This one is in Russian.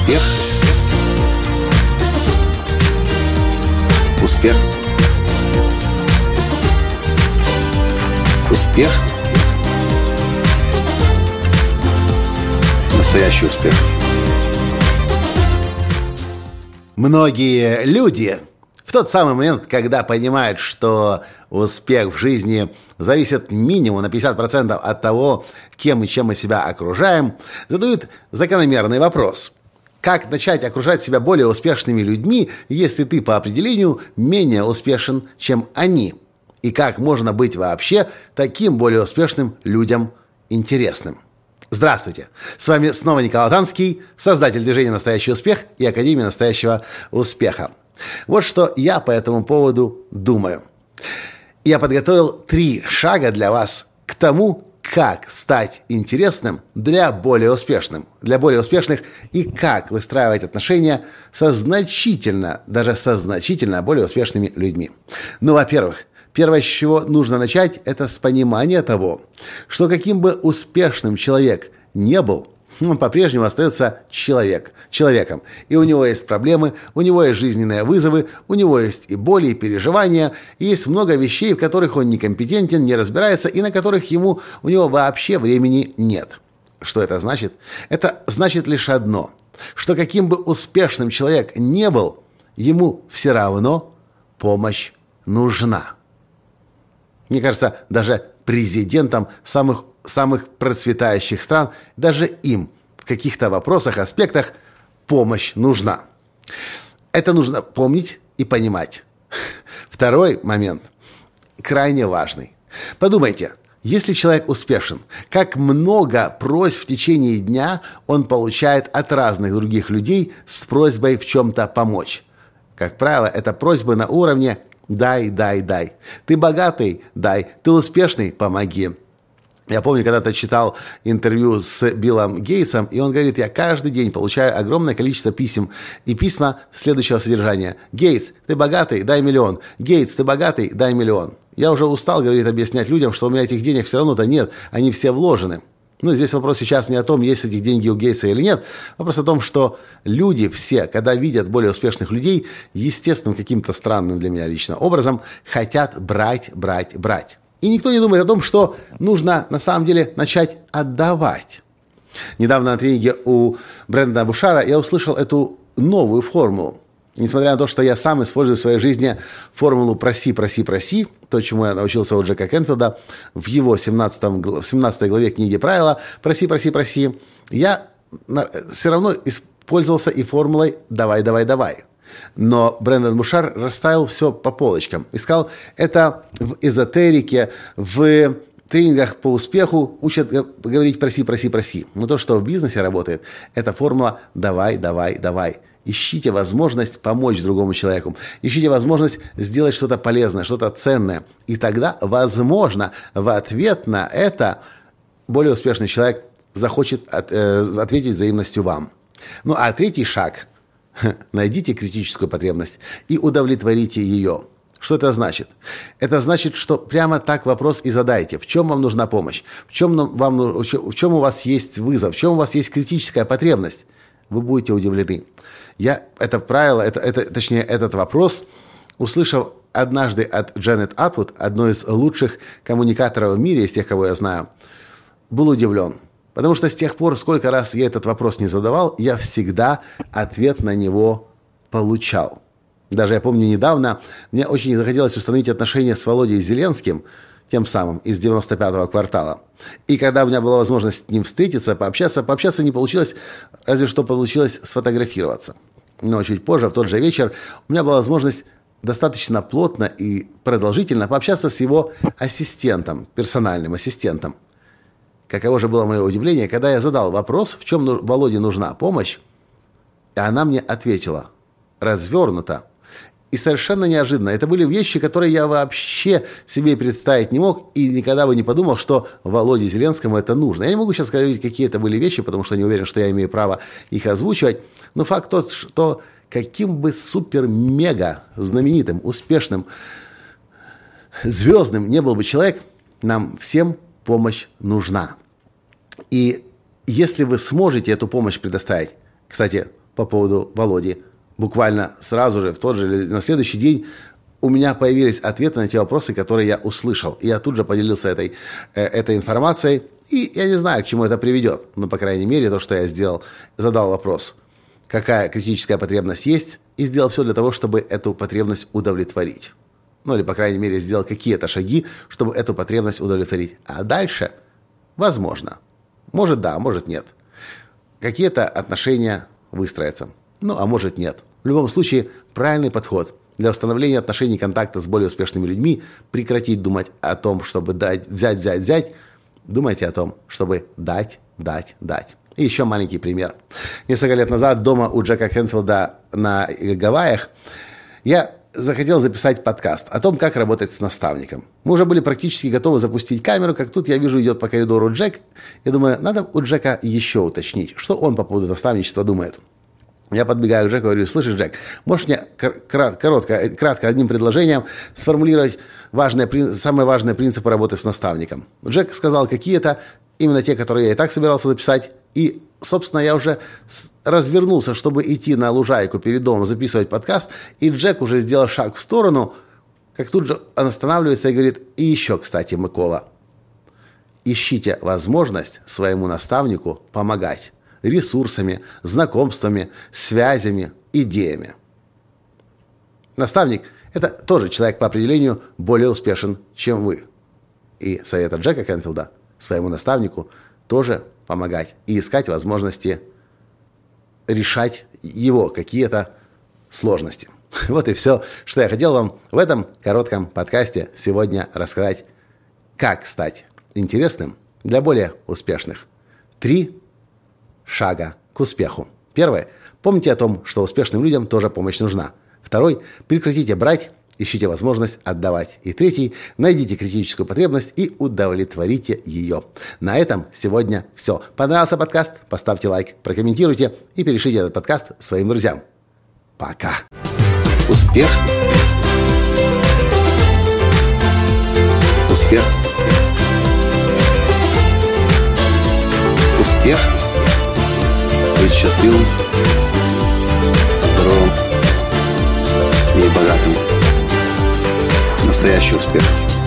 Успех. Успех. Успех. Настоящий успех. Многие люди в тот самый момент, когда понимают, что успех в жизни зависит минимум на 50% от того, кем и чем мы себя окружаем, задают закономерный вопрос. Как начать окружать себя более успешными людьми, если ты по определению менее успешен, чем они? И как можно быть вообще таким более успешным людям интересным? Здравствуйте! С вами снова Николай Танский, создатель движения «Настоящий успех» и Академии настоящего успеха. Вот что я по этому поводу думаю. Я подготовил 3 шага для вас к тому, как стать интересным для более успешных и как выстраивать отношения со значительно более успешными людьми. Ну, во-первых, первое, с чего нужно начать, это с понимания того, что каким бы успешным человек не был, он по-прежнему остается человеком. И у него есть проблемы, у него есть жизненные вызовы, у него есть и боли, и переживания, и есть много вещей, в которых он некомпетентен, не разбирается, и на которых у него вообще времени нет. Что это значит? Это значит лишь одно, что каким бы успешным человек не был, ему все равно помощь нужна. Мне кажется, даже президентам самых процветающих стран, даже им в каких-то вопросах, аспектах помощь нужна. Это нужно помнить и понимать. Второй момент, крайне важный. Подумайте, если человек успешен, как много просьб в течение дня он получает от разных других людей с просьбой в чем-то помочь. Как правило, это просьбы на уровне «дай». Ты богатый? Дай. Ты успешный? Помоги. Я помню, когда-то читал интервью с Биллом Гейтсом, и он говорит, я каждый день получаю огромное количество писем. И письма следующего содержания. Гейтс, ты богатый? Дай миллион. Гейтс, ты богатый? Дай миллион. Я уже устал, говорит, объяснять людям, что у меня этих денег все равно-то нет. Они все вложены. Ну, здесь вопрос сейчас не о том, есть этих деньги у Гейтса или нет. Вопрос о том, что люди все, когда видят более успешных людей, естественным каким-то странным для меня лично образом, хотят брать. И никто не думает о том, что нужно на самом деле начать отдавать. Недавно на тренинге у Брэндона Бушара я услышал эту новую формулу. Несмотря на то, что я сам использую в своей жизни формулу «проси», то, чему я научился у Джека Кенфилда в его 17 главе книги «Правила», «проси», я все равно использовался и формулой «давай». Но Брэндон Бушар расставил все по полочкам. И сказал, это в эзотерике, в тренингах по успеху учат говорить «проси». Но то, что в бизнесе работает, это формула «давай». Ищите возможность помочь другому человеку. Ищите возможность сделать что-то полезное, что-то ценное. И тогда, возможно, в ответ на это более успешный человек захочет ответить взаимностью вам. Ну, а 3-й шаг – найдите критическую потребность и удовлетворите ее. Что это значит? Это значит, что прямо так вопрос и задайте. В чем вам нужна помощь? В чем у вас есть вызов? В чем у вас есть критическая потребность? Вы будете удивлены. Я этот вопрос услышал однажды от Джанет Атвуд, одной из лучших коммуникаторов в мире, из тех, кого я знаю, был удивлен. Потому что с тех пор, сколько раз я этот вопрос не задавал, я всегда ответ на него получал. Даже я помню недавно, мне очень захотелось установить отношения с Володей Зеленским, тем самым, из 95-го квартала. И когда у меня была возможность с ним встретиться, пообщаться не получилось, разве что получилось сфотографироваться. Но чуть позже, в тот же вечер, у меня была возможность достаточно плотно и продолжительно пообщаться с его ассистентом, персональным ассистентом. Каково же было мое удивление, когда я задал вопрос, в чем Володе нужна помощь, и она мне ответила развернуто. И совершенно неожиданно. Это были вещи, которые я вообще себе представить не мог и никогда бы не подумал, что Володе Зеленскому это нужно. Я не могу сейчас сказать, какие это были вещи, потому что не уверен, что я имею право их озвучивать. Но факт тот, что каким бы супер-мега знаменитым, успешным, звездным не был бы человек, нам всем помощь нужна. И если вы сможете эту помощь предоставить, кстати, по поводу Володи. Буквально сразу же, в тот же или на следующий день у меня появились ответы на те вопросы, которые я услышал. И я тут же поделился этой информацией. И я не знаю, к чему это приведет. Но, по крайней мере, то, что я сделал, задал вопрос, какая критическая потребность есть, и сделал все для того, чтобы эту потребность удовлетворить. Ну, или, по крайней мере, сделал какие-то шаги, чтобы эту потребность удовлетворить. А дальше, возможно, может да, может нет, какие-то отношения выстроятся. Ну, а может нет. В любом случае, правильный подход для установления отношений и контакта с более успешными людьми – прекратить думать о том, чтобы взять. Думайте о том, чтобы дать. И еще маленький пример. Несколько лет назад дома у Джека Кенфилда на Гавайях я захотел записать подкаст о том, как работать с наставником. Мы уже были практически готовы запустить камеру, как тут я вижу, идет по коридору Джек. Я думаю, надо у Джека еще уточнить, что он по поводу наставничества думает. Я подбегаю к Джеку и говорю: слышишь, Джек, можешь мне кратко одним предложением сформулировать самые важные принципы работы с наставником? Джек сказал какие-то, именно те, которые я и так собирался записать. И, собственно, я уже развернулся, чтобы идти на лужайку перед домом записывать подкаст. И Джек уже сделал шаг в сторону, как тут же он останавливается и говорит: и еще, кстати, Микола, ищите возможность своему наставнику помогать ресурсами, знакомствами, связями, идеями. Наставник – это тоже человек по определению более успешен, чем вы. И совет от Джека Кенфилда своему наставнику тоже помогать и искать возможности решать его какие-то сложности. Вот и все, что я хотел вам в этом коротком подкасте сегодня рассказать. Как стать интересным для более успешных. 3 шага к успеху. Первое. Помните о том, что успешным людям тоже помощь нужна. Второй. Прекратите брать, ищите возможность отдавать. И третий. Найдите критическую потребность и удовлетворите ее. На этом сегодня все. Понравился подкаст? Поставьте лайк, прокомментируйте и перешлите этот подкаст своим друзьям. Пока. Успех. Успех. Успех. Быть счастливым, здоровым и богатым. Настоящий успех.